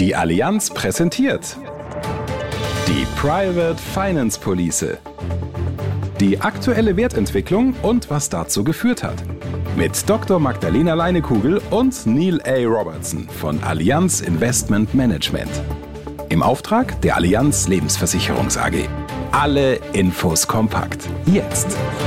Die Allianz präsentiert die Private Finance Police. Die aktuelle Wertentwicklung und was dazu geführt hat. Mit Dr. Magdalena Leinekugel und Neil A. Robertson von Allianz Investment Management. Im Auftrag der Allianz Lebensversicherungs AG. Alle Infos kompakt. Jetzt.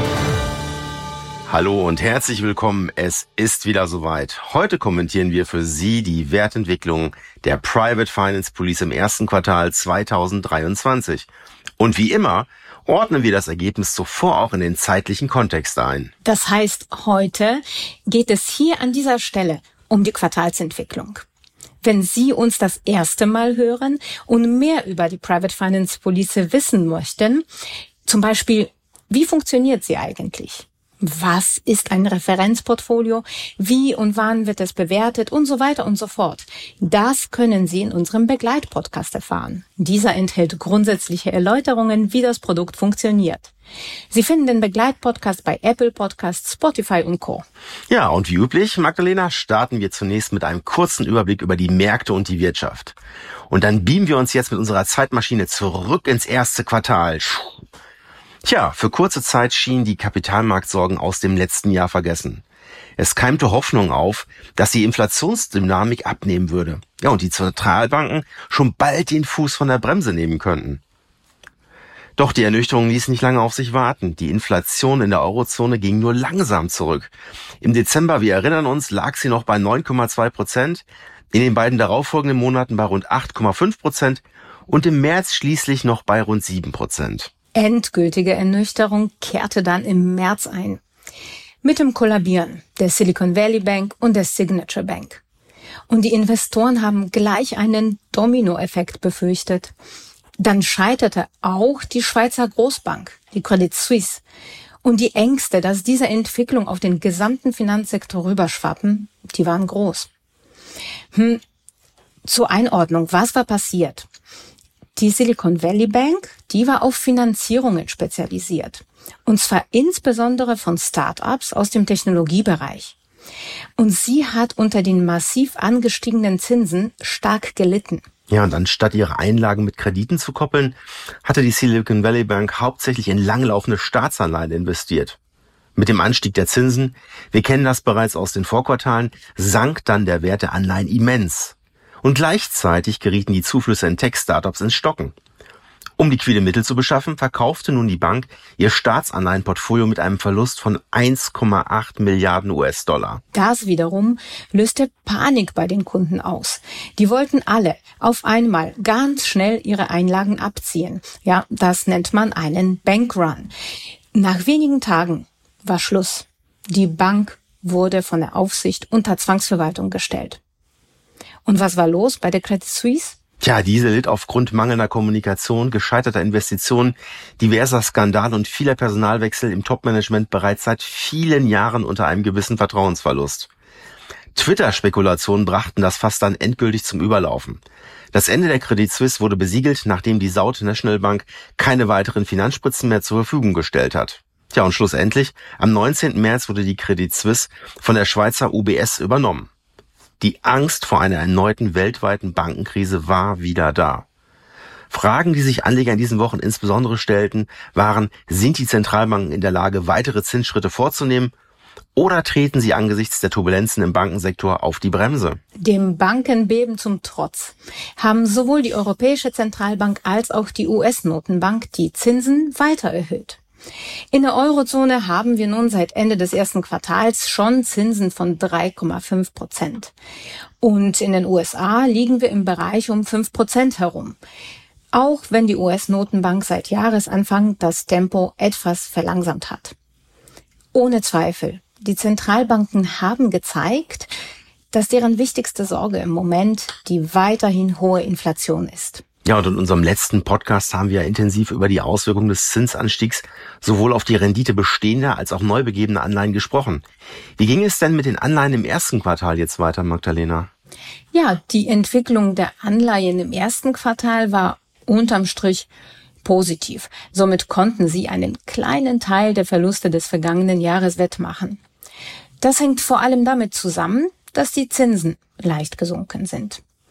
Hallo und herzlich willkommen. Es ist wieder soweit. Heute kommentieren wir für Sie die Wertentwicklung der Private Finance Police im ersten Quartal 2023. Und wie immer ordnen wir das Ergebnis zuvor auch in den zeitlichen Kontext ein. Das heißt, heute geht es hier an dieser Stelle um die Quartalsentwicklung. Wenn Sie uns das erste Mal hören und mehr über die Private Finance Police wissen möchten, zum Beispiel, wie funktioniert sie eigentlich? Was ist ein Referenzportfolio? Wie und wann wird es bewertet? Und so weiter und so fort. Das können Sie in unserem Begleitpodcast erfahren. Dieser enthält grundsätzliche Erläuterungen, wie das Produkt funktioniert. Sie finden den Begleitpodcast bei Apple Podcasts, Spotify und Co. Ja, und wie üblich, Magdalena, starten wir zunächst mit einem kurzen Überblick über die Märkte und die Wirtschaft. Und dann beamen wir uns jetzt mit unserer Zeitmaschine zurück ins erste Quartal. Tja, für kurze Zeit schienen die Kapitalmarktsorgen aus dem letzten Jahr vergessen. Es keimte Hoffnung auf, dass die Inflationsdynamik abnehmen würde. Ja, und die Zentralbanken schon bald den Fuß von der Bremse nehmen könnten. Doch die Ernüchterung ließ nicht lange auf sich warten. Die Inflation in der Eurozone ging nur langsam zurück. Im Dezember, wir erinnern uns, lag sie noch bei 9,2%, in den beiden darauffolgenden Monaten bei rund 8,5% und im März schließlich noch bei rund 7%. Endgültige Ernüchterung kehrte dann im März ein. Mit dem Kollabieren der Silicon Valley Bank und der Signature Bank. Und die Investoren haben gleich einen Dominoeffekt befürchtet. Dann scheiterte auch die Schweizer Großbank, die Credit Suisse. Und die Ängste, dass diese Entwicklung auf den gesamten Finanzsektor rüberschwappen, die waren groß. Zur Einordnung, was war passiert? Die Silicon Valley Bank, die war auf Finanzierungen spezialisiert. Und zwar insbesondere von Start-ups aus dem Technologiebereich. Und sie hat unter den massiv angestiegenen Zinsen stark gelitten. Ja, und anstatt ihre Einlagen mit Krediten zu koppeln, hatte die Silicon Valley Bank hauptsächlich in langlaufende Staatsanleihen investiert. Mit dem Anstieg der Zinsen, wir kennen das bereits aus den Vorquartalen, sank dann der Wert der Anleihen immens. Und gleichzeitig gerieten die Zuflüsse in Tech-Startups ins Stocken. Um liquide Mittel zu beschaffen, verkaufte nun die Bank ihr Staatsanleihenportfolio mit einem Verlust von 1,8 Milliarden US-Dollar. Das wiederum löste Panik bei den Kunden aus. Die wollten alle auf einmal ganz schnell ihre Einlagen abziehen. Ja, das nennt man einen Bankrun. Nach wenigen Tagen war Schluss. Die Bank wurde von der Aufsicht unter Zwangsverwaltung gestellt. Und was war los bei der Credit Suisse? Tja, diese litt aufgrund mangelnder Kommunikation, gescheiterter Investitionen, diverser Skandale und vieler Personalwechsel im Topmanagement bereits seit vielen Jahren unter einem gewissen Vertrauensverlust. Twitter-Spekulationen brachten das Fass dann endgültig zum Überlaufen. Das Ende der Credit Suisse wurde besiegelt, nachdem die Saudi National Bank keine weiteren Finanzspritzen mehr zur Verfügung gestellt hat. Tja, und schlussendlich, am 19. März wurde die Credit Suisse von der Schweizer UBS übernommen. Die Angst vor einer erneuten weltweiten Bankenkrise war wieder da. Fragen, die sich Anleger in diesen Wochen insbesondere stellten, waren, sind die Zentralbanken in der Lage, weitere Zinsschritte vorzunehmen oder treten sie angesichts der Turbulenzen im Bankensektor auf die Bremse? Dem Bankenbeben zum Trotz haben sowohl die Europäische Zentralbank als auch die US-Notenbank die Zinsen weiter erhöht. In der Eurozone haben wir nun seit Ende des ersten Quartals schon Zinsen von 3,5%. Und in den USA liegen wir im Bereich um 5% herum. Auch wenn die US-Notenbank seit Jahresanfang das Tempo etwas verlangsamt hat. Ohne Zweifel, die Zentralbanken haben gezeigt, dass deren wichtigste Sorge im Moment die weiterhin hohe Inflation ist. Ja, und in unserem letzten Podcast haben wir intensiv über die Auswirkungen des Zinsanstiegs sowohl auf die Rendite bestehender als auch neu begebener Anleihen gesprochen. Wie ging es denn mit den Anleihen im ersten Quartal jetzt weiter, Magdalena? Ja, die Entwicklung der Anleihen im ersten Quartal war unterm Strich positiv. Somit konnten sie einen kleinen Teil der Verluste des vergangenen Jahres wettmachen. Das hängt vor allem damit zusammen, dass die Zinsen leicht gesunken sind.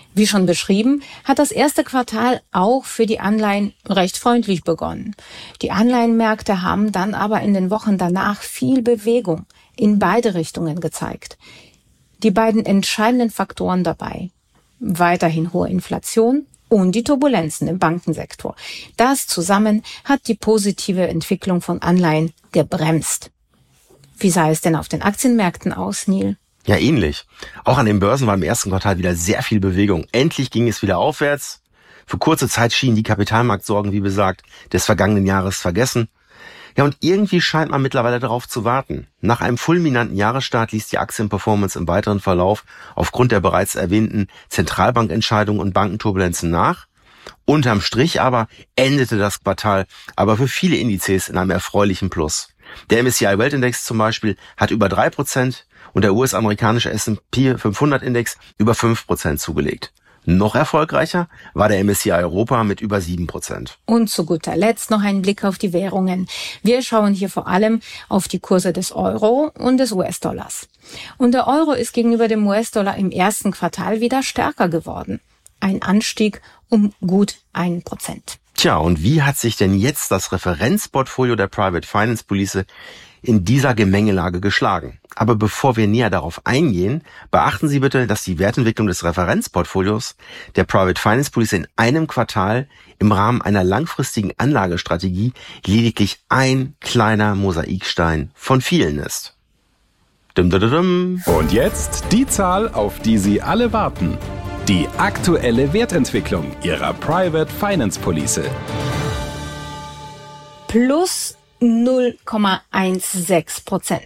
Wie schon beschrieben, hat das erste Quartal auch für die Anleihen recht freundlich begonnen. Die Anleihenmärkte haben dann aber in den Wochen danach viel Bewegung in beide Richtungen gezeigt. Die beiden entscheidenden Faktoren dabei: weiterhin hohe Inflation und die Turbulenzen im Bankensektor. Das zusammen hat die positive Entwicklung von Anleihen gebremst. Wie sah es denn auf den Aktienmärkten aus, Neil? Ja, ähnlich. Auch an den Börsen war im ersten Quartal wieder sehr viel Bewegung. Endlich ging es wieder aufwärts. Für kurze Zeit schienen die Kapitalmarktsorgen, wie besagt, des vergangenen Jahres vergessen. Ja, und irgendwie scheint man mittlerweile darauf zu warten. Nach einem fulminanten Jahresstart ließ die Aktienperformance im weiteren Verlauf aufgrund der bereits erwähnten Zentralbankentscheidungen und Bankenturbulenzen nach. Unterm Strich aber endete das Quartal aber für viele Indizes in einem erfreulichen Plus. Der MSCI World Index zum Beispiel hat über 3% und der US-amerikanische S&P 500 Index über 5% zugelegt. Noch erfolgreicher war der MSCI Europa mit über 7%. Und zu guter Letzt noch ein Blick auf die Währungen. Wir schauen hier vor allem auf die Kurse des Euro und des US-Dollars. Und der Euro ist gegenüber dem US-Dollar im ersten Quartal wieder stärker geworden. Ein Anstieg um gut 1%. Tja, und wie hat sich denn jetzt das Referenzportfolio der Private Finance Police in dieser Gemengelage geschlagen? Aber bevor wir näher darauf eingehen, beachten Sie bitte, dass die Wertentwicklung des Referenzportfolios der Private Finance Police in einem Quartal im Rahmen einer langfristigen Anlagestrategie lediglich ein kleiner Mosaikstein von vielen ist. Und jetzt die Zahl, auf die Sie alle warten. Die aktuelle Wertentwicklung Ihrer Private Finance Police. Plus 0,16%.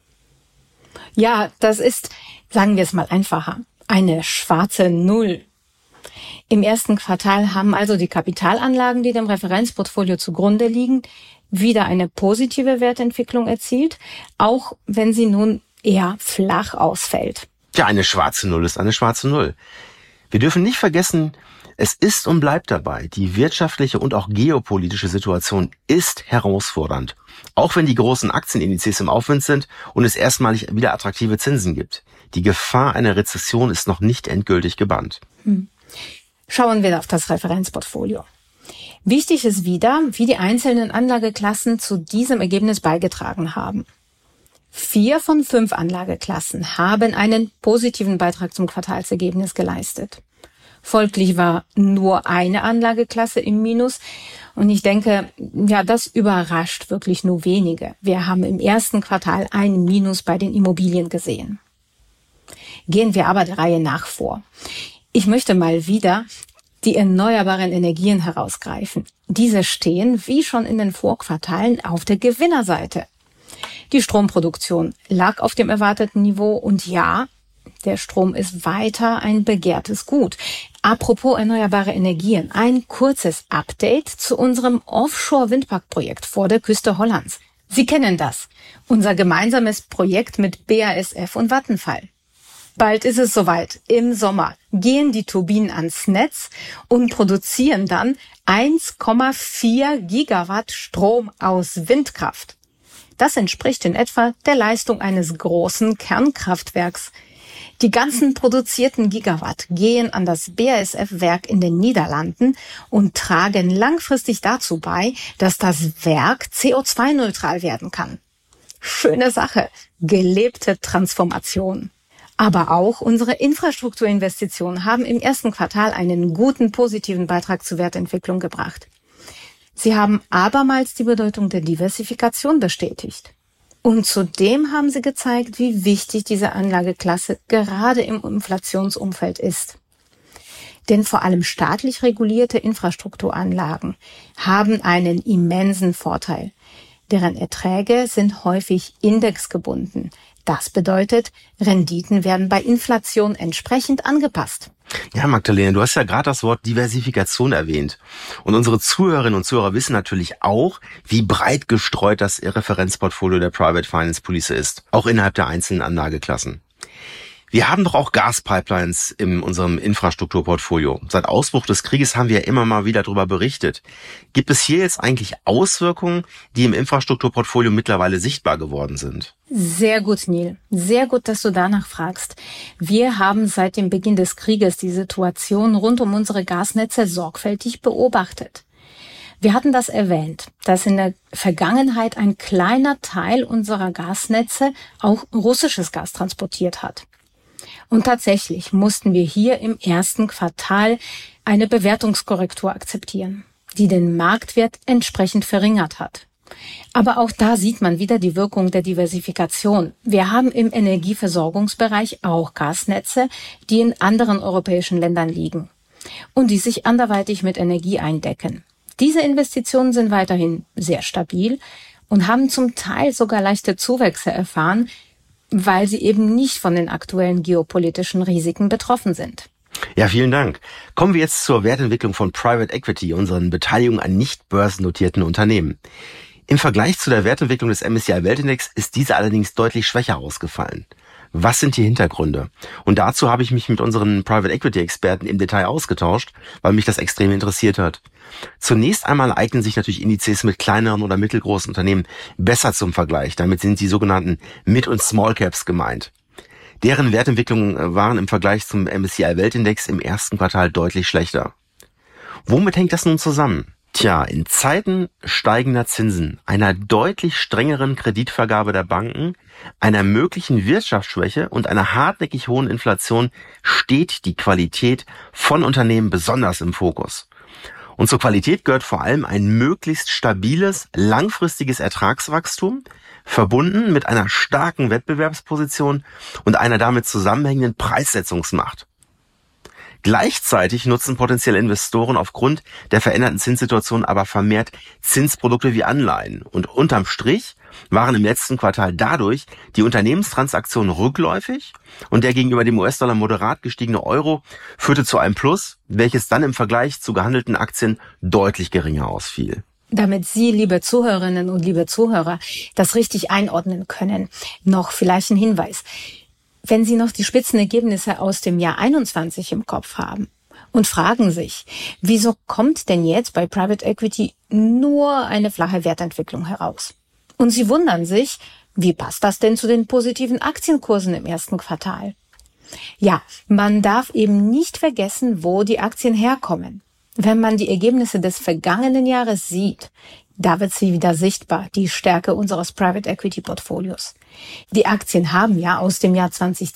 Ja, das ist, sagen wir es mal einfacher, eine schwarze Null. Im ersten Quartal haben also die Kapitalanlagen, die dem Referenzportfolio zugrunde liegen, wieder eine positive Wertentwicklung erzielt, auch wenn sie nun eher flach ausfällt. Ja, eine schwarze Null ist eine schwarze Null. Wir dürfen nicht vergessen, es ist und bleibt dabei, die wirtschaftliche und auch geopolitische Situation ist herausfordernd. Auch wenn die großen Aktienindizes im Aufwind sind und es erstmalig wieder attraktive Zinsen gibt. Die Gefahr einer Rezession ist noch nicht endgültig gebannt. Schauen wir auf das Referenzportfolio. Wichtig ist wieder, wie die einzelnen Anlageklassen zu diesem Ergebnis beigetragen haben. 4 von 5 Anlageklassen haben einen positiven Beitrag zum Quartalsergebnis geleistet. Folglich war nur eine Anlageklasse im Minus und ich denke, ja, das überrascht wirklich nur wenige. Wir haben im ersten Quartal ein Minus bei den Immobilien gesehen. Gehen wir aber der Reihe nach vor. Ich möchte mal wieder die erneuerbaren Energien herausgreifen. Diese stehen, wie schon in den Vorquartalen, auf der Gewinnerseite. Die Stromproduktion lag auf dem erwarteten Niveau und ja, der Strom ist weiter ein begehrtes Gut. Apropos erneuerbare Energien, ein kurzes Update zu unserem Offshore-Windparkprojekt vor der Küste Hollands. Sie kennen das, unser gemeinsames Projekt mit BASF und Vattenfall. Bald ist es soweit. Im Sommer gehen die Turbinen ans Netz und produzieren dann 1,4 Gigawatt Strom aus Windkraft. Das entspricht in etwa der Leistung eines großen Kernkraftwerks. Die ganzen produzierten Gigawatt gehen an das BASF-Werk in den Niederlanden und tragen langfristig dazu bei, dass das Werk CO2-neutral werden kann. Schöne Sache, gelebte Transformation. Aber auch unsere Infrastrukturinvestitionen haben im ersten Quartal einen guten positiven Beitrag zur Wertentwicklung gebracht. Sie haben abermals die Bedeutung der Diversifikation bestätigt. Und zudem haben sie gezeigt, wie wichtig diese Anlageklasse gerade im Inflationsumfeld ist. Denn vor allem staatlich regulierte Infrastrukturanlagen haben einen immensen Vorteil. Deren Erträge sind häufig indexgebunden. Das bedeutet, Renditen werden bei Inflation entsprechend angepasst. Ja, Magdalena, du hast ja gerade das Wort Diversifikation erwähnt. Und unsere Zuhörerinnen und Zuhörer wissen natürlich auch, wie breit gestreut das Referenzportfolio der Private Finance Police ist, auch innerhalb der einzelnen Anlageklassen. Wir haben doch auch Gaspipelines in unserem Infrastrukturportfolio. Seit Ausbruch des Krieges haben wir ja immer mal wieder darüber berichtet. Gibt es hier jetzt eigentlich Auswirkungen, die im Infrastrukturportfolio mittlerweile sichtbar geworden sind? Sehr gut, Neil. Sehr gut, dass du danach fragst. Wir haben seit dem Beginn des Krieges die Situation rund um unsere Gasnetze sorgfältig beobachtet. Wir hatten das erwähnt, dass in der Vergangenheit ein kleiner Teil unserer Gasnetze auch russisches Gas transportiert hat. Und tatsächlich mussten wir hier im ersten Quartal eine Bewertungskorrektur akzeptieren, die den Marktwert entsprechend verringert hat. Aber auch da sieht man wieder die Wirkung der Diversifikation. Wir haben im Energieversorgungsbereich auch Gasnetze, die in anderen europäischen Ländern liegen und die sich anderweitig mit Energie eindecken. Diese Investitionen sind weiterhin sehr stabil und haben zum Teil sogar leichte Zuwächse erfahren, weil sie eben nicht von den aktuellen geopolitischen Risiken betroffen sind. Ja, vielen Dank. Kommen wir jetzt zur Wertentwicklung von Private Equity, unseren Beteiligungen an nicht börsennotierten Unternehmen. Im Vergleich zu der Wertentwicklung des MSCI Weltindex ist diese allerdings deutlich schwächer ausgefallen. Was sind die Hintergründe? Und dazu habe ich mich mit unseren Private Equity Experten im Detail ausgetauscht, weil mich das extrem interessiert hat. Zunächst einmal eignen sich natürlich Indizes mit kleineren oder mittelgroßen Unternehmen besser zum Vergleich. Damit sind die sogenannten Mid- und Small Caps gemeint. Deren Wertentwicklungen waren im Vergleich zum MSCI Weltindex im ersten Quartal deutlich schlechter. Womit hängt das nun zusammen? Tja, in Zeiten steigender Zinsen, einer deutlich strengeren Kreditvergabe der Banken, einer möglichen Wirtschaftsschwäche und einer hartnäckig hohen Inflation steht die Qualität von Unternehmen besonders im Fokus. Und zur Qualität gehört vor allem ein möglichst stabiles, langfristiges Ertragswachstum, verbunden mit einer starken Wettbewerbsposition und einer damit zusammenhängenden Preissetzungsmacht. Gleichzeitig nutzen potenzielle Investoren aufgrund der veränderten Zinssituation aber vermehrt Zinsprodukte wie Anleihen. Und unterm Strich waren im letzten Quartal dadurch die Unternehmenstransaktionen rückläufig und der gegenüber dem US-Dollar moderat gestiegene Euro führte zu einem Plus, welches dann im Vergleich zu gehandelten Aktien deutlich geringer ausfiel. Damit Sie, liebe Zuhörerinnen und liebe Zuhörer, das richtig einordnen können, noch vielleicht ein Hinweis. Wenn Sie noch die Spitzenergebnisse aus dem Jahr 21 im Kopf haben und fragen sich, wieso kommt denn jetzt bei Private Equity nur eine flache Wertentwicklung heraus? Und Sie wundern sich, wie passt das denn zu den positiven Aktienkursen im ersten Quartal? Ja, man darf eben nicht vergessen, wo die Aktien herkommen. Wenn man die Ergebnisse des vergangenen Jahres sieht, da wird sie wieder sichtbar, die Stärke unseres Private Equity Portfolios. Die Aktien haben ja aus dem Jahr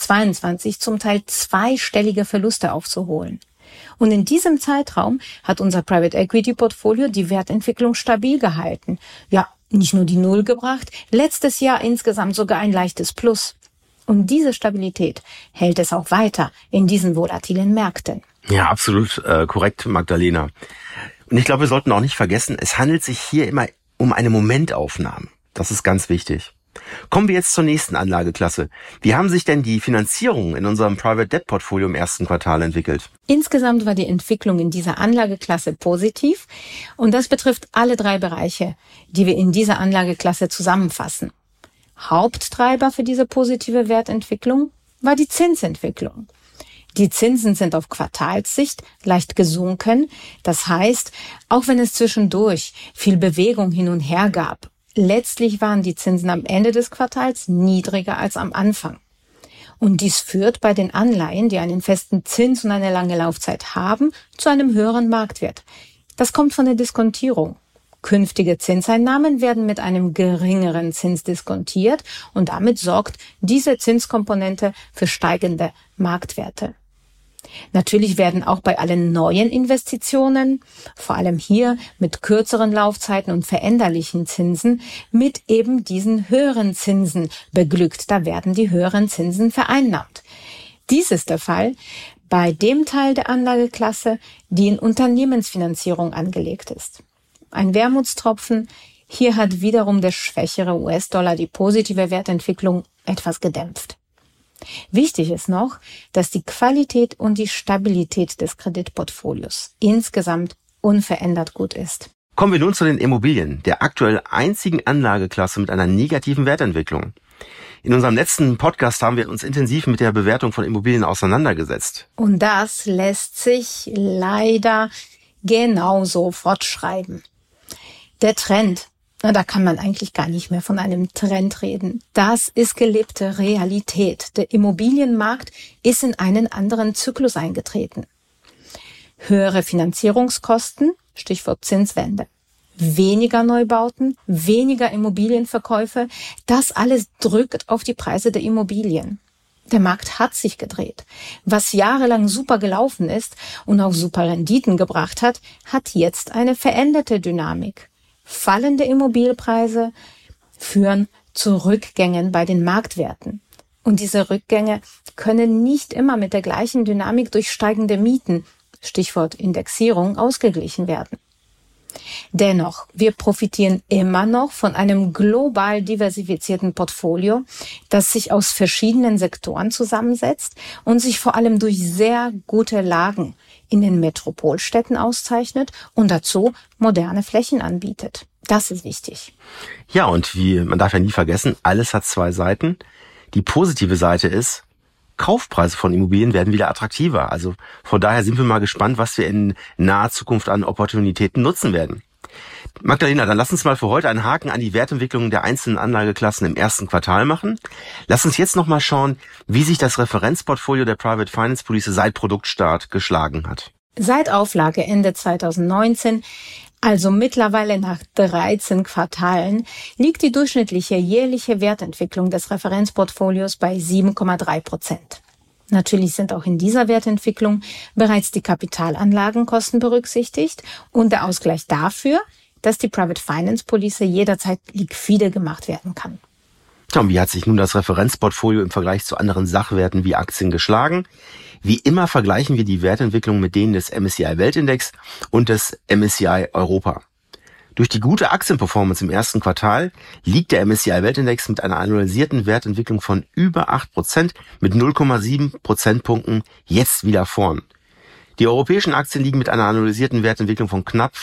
2022 zum Teil zweistellige Verluste aufzuholen. Und in diesem Zeitraum hat unser Private Equity Portfolio die Wertentwicklung stabil gehalten. Ja, nicht nur die Null gebracht, letztes Jahr insgesamt sogar ein leichtes Plus. Und diese Stabilität hält es auch weiter in diesen volatilen Märkten. Ja, absolut korrekt, Magdalena. Und ich glaube, wir sollten auch nicht vergessen, es handelt sich hier immer um eine Momentaufnahme. Das ist ganz wichtig. Kommen wir jetzt zur nächsten Anlageklasse. Wie haben sich denn die Finanzierungen in unserem Private Debt Portfolio im ersten Quartal entwickelt? Insgesamt war die Entwicklung in dieser Anlageklasse positiv und das betrifft alle drei Bereiche, die wir in dieser Anlageklasse zusammenfassen. Haupttreiber für diese positive Wertentwicklung war die Zinsentwicklung. Die Zinsen sind auf Quartalssicht leicht gesunken. Das heißt, auch wenn es zwischendurch viel Bewegung hin und her gab, letztlich waren die Zinsen am Ende des Quartals niedriger als am Anfang. Und dies führt bei den Anleihen, die einen festen Zins und eine lange Laufzeit haben, zu einem höheren Marktwert. Das kommt von der Diskontierung. Künftige Zinseinnahmen werden mit einem geringeren Zins diskontiert und damit sorgt diese Zinskomponente für steigende Marktwerte. Natürlich werden auch bei allen neuen Investitionen, vor allem hier mit kürzeren Laufzeiten und veränderlichen Zinsen, mit eben diesen höheren Zinsen beglückt. Da werden die höheren Zinsen vereinnahmt. Dies ist der Fall bei dem Teil der Anlageklasse, die in Unternehmensfinanzierung angelegt ist. Ein Wermutstropfen, hier hat wiederum der schwächere US-Dollar die positive Wertentwicklung etwas gedämpft. Wichtig ist noch, dass die Qualität und die Stabilität des Kreditportfolios insgesamt unverändert gut ist. Kommen wir nun zu den Immobilien, der aktuell einzigen Anlageklasse mit einer negativen Wertentwicklung. In unserem letzten Podcast haben wir uns intensiv mit der Bewertung von Immobilien auseinandergesetzt. Und das lässt sich leider genauso fortschreiben. Der Trend, da kann man eigentlich gar nicht mehr von einem Trend reden. Das ist gelebte Realität. Der Immobilienmarkt ist in einen anderen Zyklus eingetreten. Höhere Finanzierungskosten, Stichwort Zinswende. Weniger Neubauten, weniger Immobilienverkäufe, das alles drückt auf die Preise der Immobilien. Der Markt hat sich gedreht. Was jahrelang super gelaufen ist und auch super Renditen gebracht hat, hat jetzt eine veränderte Dynamik. Fallende Immobilienpreise führen zu Rückgängen bei den Marktwerten. Und diese Rückgänge können nicht immer mit der gleichen Dynamik durch steigende Mieten, Stichwort Indexierung, ausgeglichen werden. Dennoch, wir profitieren immer noch von einem global diversifizierten Portfolio, das sich aus verschiedenen Sektoren zusammensetzt und sich vor allem durch sehr gute Lagen in den Metropolstädten auszeichnet und dazu moderne Flächen anbietet. Das ist wichtig. Ja, und man darf ja nie vergessen, alles hat zwei Seiten. Die positive Seite ist, Kaufpreise von Immobilien werden wieder attraktiver. Also von daher sind wir mal gespannt, was wir in naher Zukunft an Opportunitäten nutzen werden. Magdalena, dann lass uns mal für heute einen Haken an die Wertentwicklung der einzelnen Anlageklassen im ersten Quartal machen. Lass uns jetzt nochmal schauen, wie sich das Referenzportfolio der Private Finance Police seit Produktstart geschlagen hat. Seit Auflage Ende 2019, also mittlerweile nach 13 Quartalen, liegt die durchschnittliche jährliche Wertentwicklung des Referenzportfolios bei 7,3%. Natürlich sind auch in dieser Wertentwicklung bereits die Kapitalanlagenkosten berücksichtigt und der Ausgleich dafür, dass die Private Finance Police jederzeit liquide gemacht werden kann. Und wie hat sich nun das Referenzportfolio im Vergleich zu anderen Sachwerten wie Aktien geschlagen? Wie immer vergleichen wir die Wertentwicklung mit denen des MSCI Weltindex und des MSCI Europa. Durch die gute Aktienperformance im ersten Quartal liegt der MSCI Weltindex mit einer annualisierten Wertentwicklung von über 8% mit 0,7 Prozentpunkten jetzt wieder vorn. Die europäischen Aktien liegen mit einer annualisierten Wertentwicklung von knapp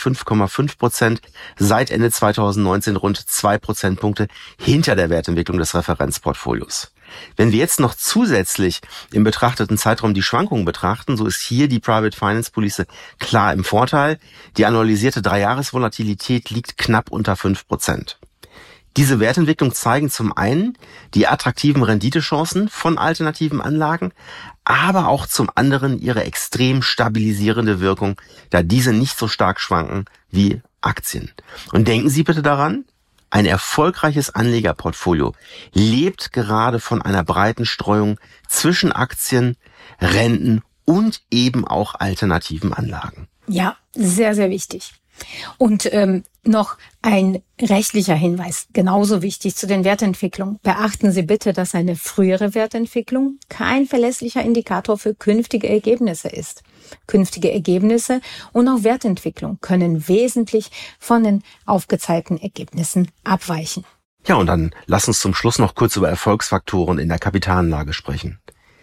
5,5% seit Ende 2019 rund 2 Prozentpunkte hinter der Wertentwicklung des Referenzportfolios. Wenn wir jetzt noch zusätzlich im betrachteten Zeitraum die Schwankungen betrachten, so ist hier die Private Finance Police klar im Vorteil. Die annualisierte 3-Jahres-Volatilität liegt knapp unter 5%. Diese Wertentwicklung zeigen zum einen die attraktiven Renditechancen von alternativen Anlagen, aber auch zum anderen ihre extrem stabilisierende Wirkung, da diese nicht so stark schwanken wie Aktien. Und denken Sie bitte daran, ein erfolgreiches Anlegerportfolio lebt gerade von einer breiten Streuung zwischen Aktien, Renten und eben auch alternativen Anlagen. Ja, sehr, sehr wichtig. Und noch ein rechtlicher Hinweis, genauso wichtig zu den Wertentwicklungen. Beachten Sie bitte, dass eine frühere Wertentwicklung kein verlässlicher Indikator für künftige Ergebnisse ist. Künftige Ergebnisse und auch Wertentwicklung können wesentlich von den aufgezeigten Ergebnissen abweichen. Ja, und dann lass uns zum Schluss noch kurz über Erfolgsfaktoren in der Kapitalanlage sprechen.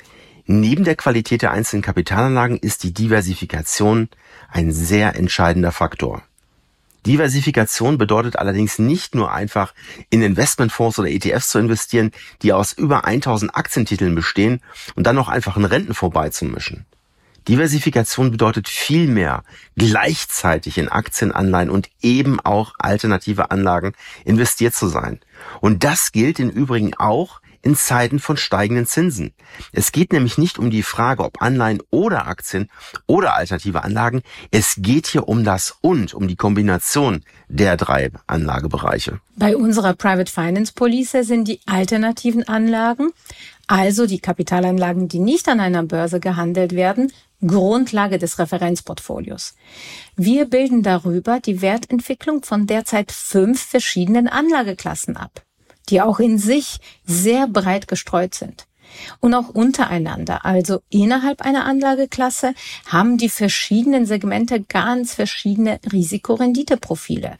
Neben der Qualität der einzelnen Kapitalanlagen ist die Diversifikation ein sehr entscheidender Faktor. Diversifikation bedeutet allerdings nicht nur einfach in Investmentfonds oder ETFs zu investieren, die aus über 1000 Aktientiteln bestehen und dann noch einfach einen Rentenfonds beizumischen. Diversifikation bedeutet vielmehr, gleichzeitig in Aktien, Anleihen und eben auch alternative Anlagen investiert zu sein. Und das gilt im Übrigen auch in Zeiten von steigenden Zinsen. Es geht nämlich nicht um die Frage, ob Anleihen oder Aktien oder alternative Anlagen. Es geht hier um das und, um die Kombination der 3 Anlagebereiche. Bei unserer Private Finance Police sind die alternativen Anlagen, also die Kapitalanlagen, die nicht an einer Börse gehandelt werden, Grundlage des Referenzportfolios. Wir bilden darüber die Wertentwicklung von derzeit 5 verschiedenen Anlageklassen ab, die auch in sich sehr breit gestreut sind. Und auch untereinander, also innerhalb einer Anlageklasse, haben die verschiedenen Segmente ganz verschiedene Risikorenditeprofile.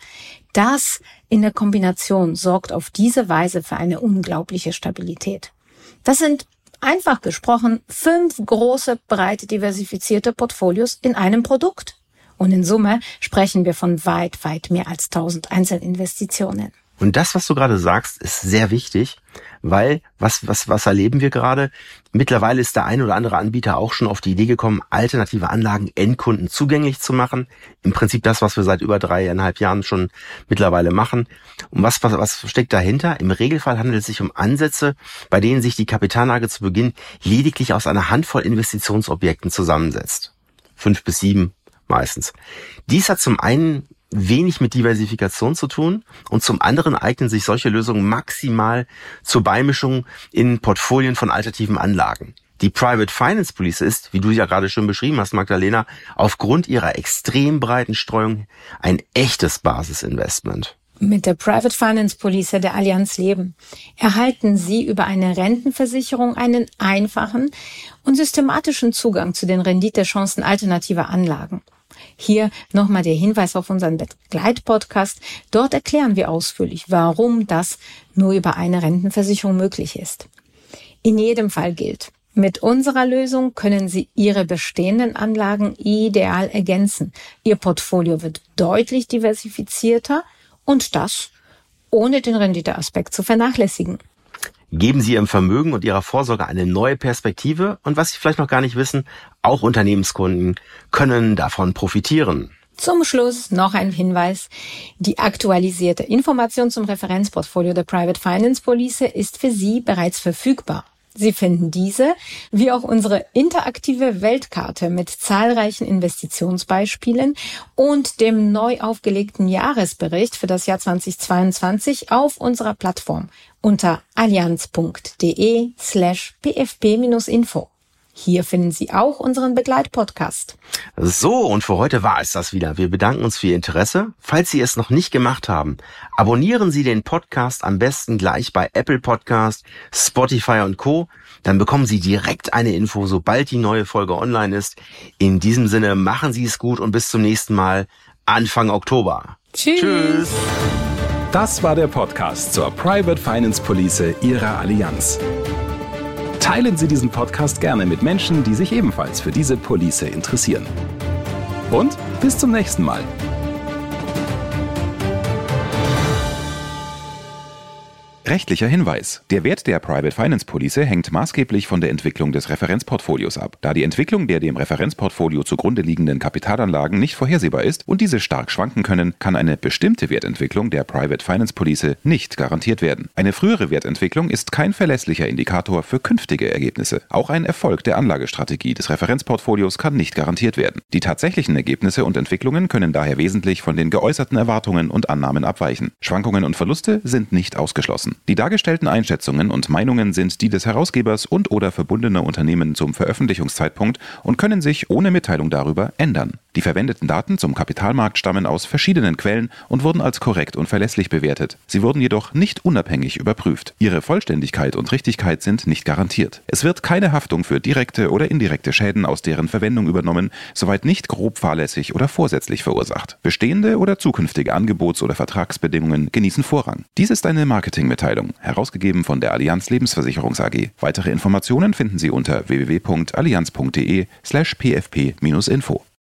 Das in der Kombination sorgt auf diese Weise für eine unglaubliche Stabilität. Das sind einfach gesprochen 5 große, breit diversifizierte Portfolios in einem Produkt. Und in Summe sprechen wir von weit, weit mehr als 1000 Einzelinvestitionen. Und das, was du gerade sagst, ist sehr wichtig, weil was erleben wir gerade? Mittlerweile ist der ein oder andere Anbieter auch schon auf die Idee gekommen, alternative Anlagen Endkunden zugänglich zu machen. Im Prinzip das, was wir seit über 3,5 Jahren schon mittlerweile machen. Und was steckt dahinter? Im Regelfall handelt es sich um Ansätze, bei denen sich die Kapitalanlage zu Beginn lediglich aus einer Handvoll Investitionsobjekten zusammensetzt. 5 bis 7 meistens. Dies hat zum einen wenig mit Diversifikation zu tun und zum anderen eignen sich solche Lösungen maximal zur Beimischung in Portfolien von alternativen Anlagen. Die Private Finance Police ist, wie du ja gerade schon beschrieben hast, Magdalena, aufgrund ihrer extrem breiten Streuung ein echtes Basisinvestment. Mit der Private Finance Police der Allianz Leben erhalten Sie über eine Rentenversicherung einen einfachen und systematischen Zugang zu den Renditechancen alternativer Anlagen. Hier nochmal der Hinweis auf unseren Begleitpodcast. Dort erklären wir ausführlich, warum das nur über eine Rentenversicherung möglich ist. In jedem Fall gilt, mit unserer Lösung können Sie Ihre bestehenden Anlagen ideal ergänzen. Ihr Portfolio wird deutlich diversifizierter und das ohne den Renditeaspekt zu vernachlässigen. Geben Sie Ihrem Vermögen und Ihrer Vorsorge eine neue Perspektive und was Sie vielleicht noch gar nicht wissen, auch Unternehmenskunden können davon profitieren. Zum Schluss noch ein Hinweis. Die aktualisierte Information zum Referenzportfolio der Private Finance Police ist für Sie bereits verfügbar. Sie finden diese, wie auch unsere interaktive Weltkarte mit zahlreichen Investitionsbeispielen und dem neu aufgelegten Jahresbericht für das Jahr 2022 auf unserer Plattform unter allianz.de/pfp-info. Hier finden Sie auch unseren Begleitpodcast. So, und für heute war es das wieder. Wir bedanken uns für Ihr Interesse. Falls Sie es noch nicht gemacht haben, abonnieren Sie den Podcast am besten gleich bei Apple Podcast, Spotify und Co. Dann bekommen Sie direkt eine Info, sobald die neue Folge online ist. In diesem Sinne, machen Sie es gut und bis zum nächsten Mal, Anfang Oktober. Tschüss. Das war der Podcast zur Private Finance Police Ihrer Allianz. Teilen Sie diesen Podcast gerne mit Menschen, die sich ebenfalls für diese Police interessieren. Und bis zum nächsten Mal. Rechtlicher Hinweis. Der Wert der Private Finance Police hängt maßgeblich von der Entwicklung des Referenzportfolios ab. Da die Entwicklung der dem Referenzportfolio zugrunde liegenden Kapitalanlagen nicht vorhersehbar ist und diese stark schwanken können, kann eine bestimmte Wertentwicklung der Private Finance Police nicht garantiert werden. Eine frühere Wertentwicklung ist kein verlässlicher Indikator für künftige Ergebnisse. Auch ein Erfolg der Anlagestrategie des Referenzportfolios kann nicht garantiert werden. Die tatsächlichen Ergebnisse und Entwicklungen können daher wesentlich von den geäußerten Erwartungen und Annahmen abweichen. Schwankungen und Verluste sind nicht ausgeschlossen. Die dargestellten Einschätzungen und Meinungen sind die des Herausgebers und/oder verbundener Unternehmen zum Veröffentlichungszeitpunkt und können sich ohne Mitteilung darüber ändern. Die verwendeten Daten zum Kapitalmarkt stammen aus verschiedenen Quellen und wurden als korrekt und verlässlich bewertet. Sie wurden jedoch nicht unabhängig überprüft. Ihre Vollständigkeit und Richtigkeit sind nicht garantiert. Es wird keine Haftung für direkte oder indirekte Schäden aus deren Verwendung übernommen, soweit nicht grob fahrlässig oder vorsätzlich verursacht. Bestehende oder zukünftige Angebots- oder Vertragsbedingungen genießen Vorrang. Dies ist eine Marketingmitteilung, herausgegeben von der Allianz Lebensversicherungs AG. Weitere Informationen finden Sie unter www.allianz.de/pfp-info.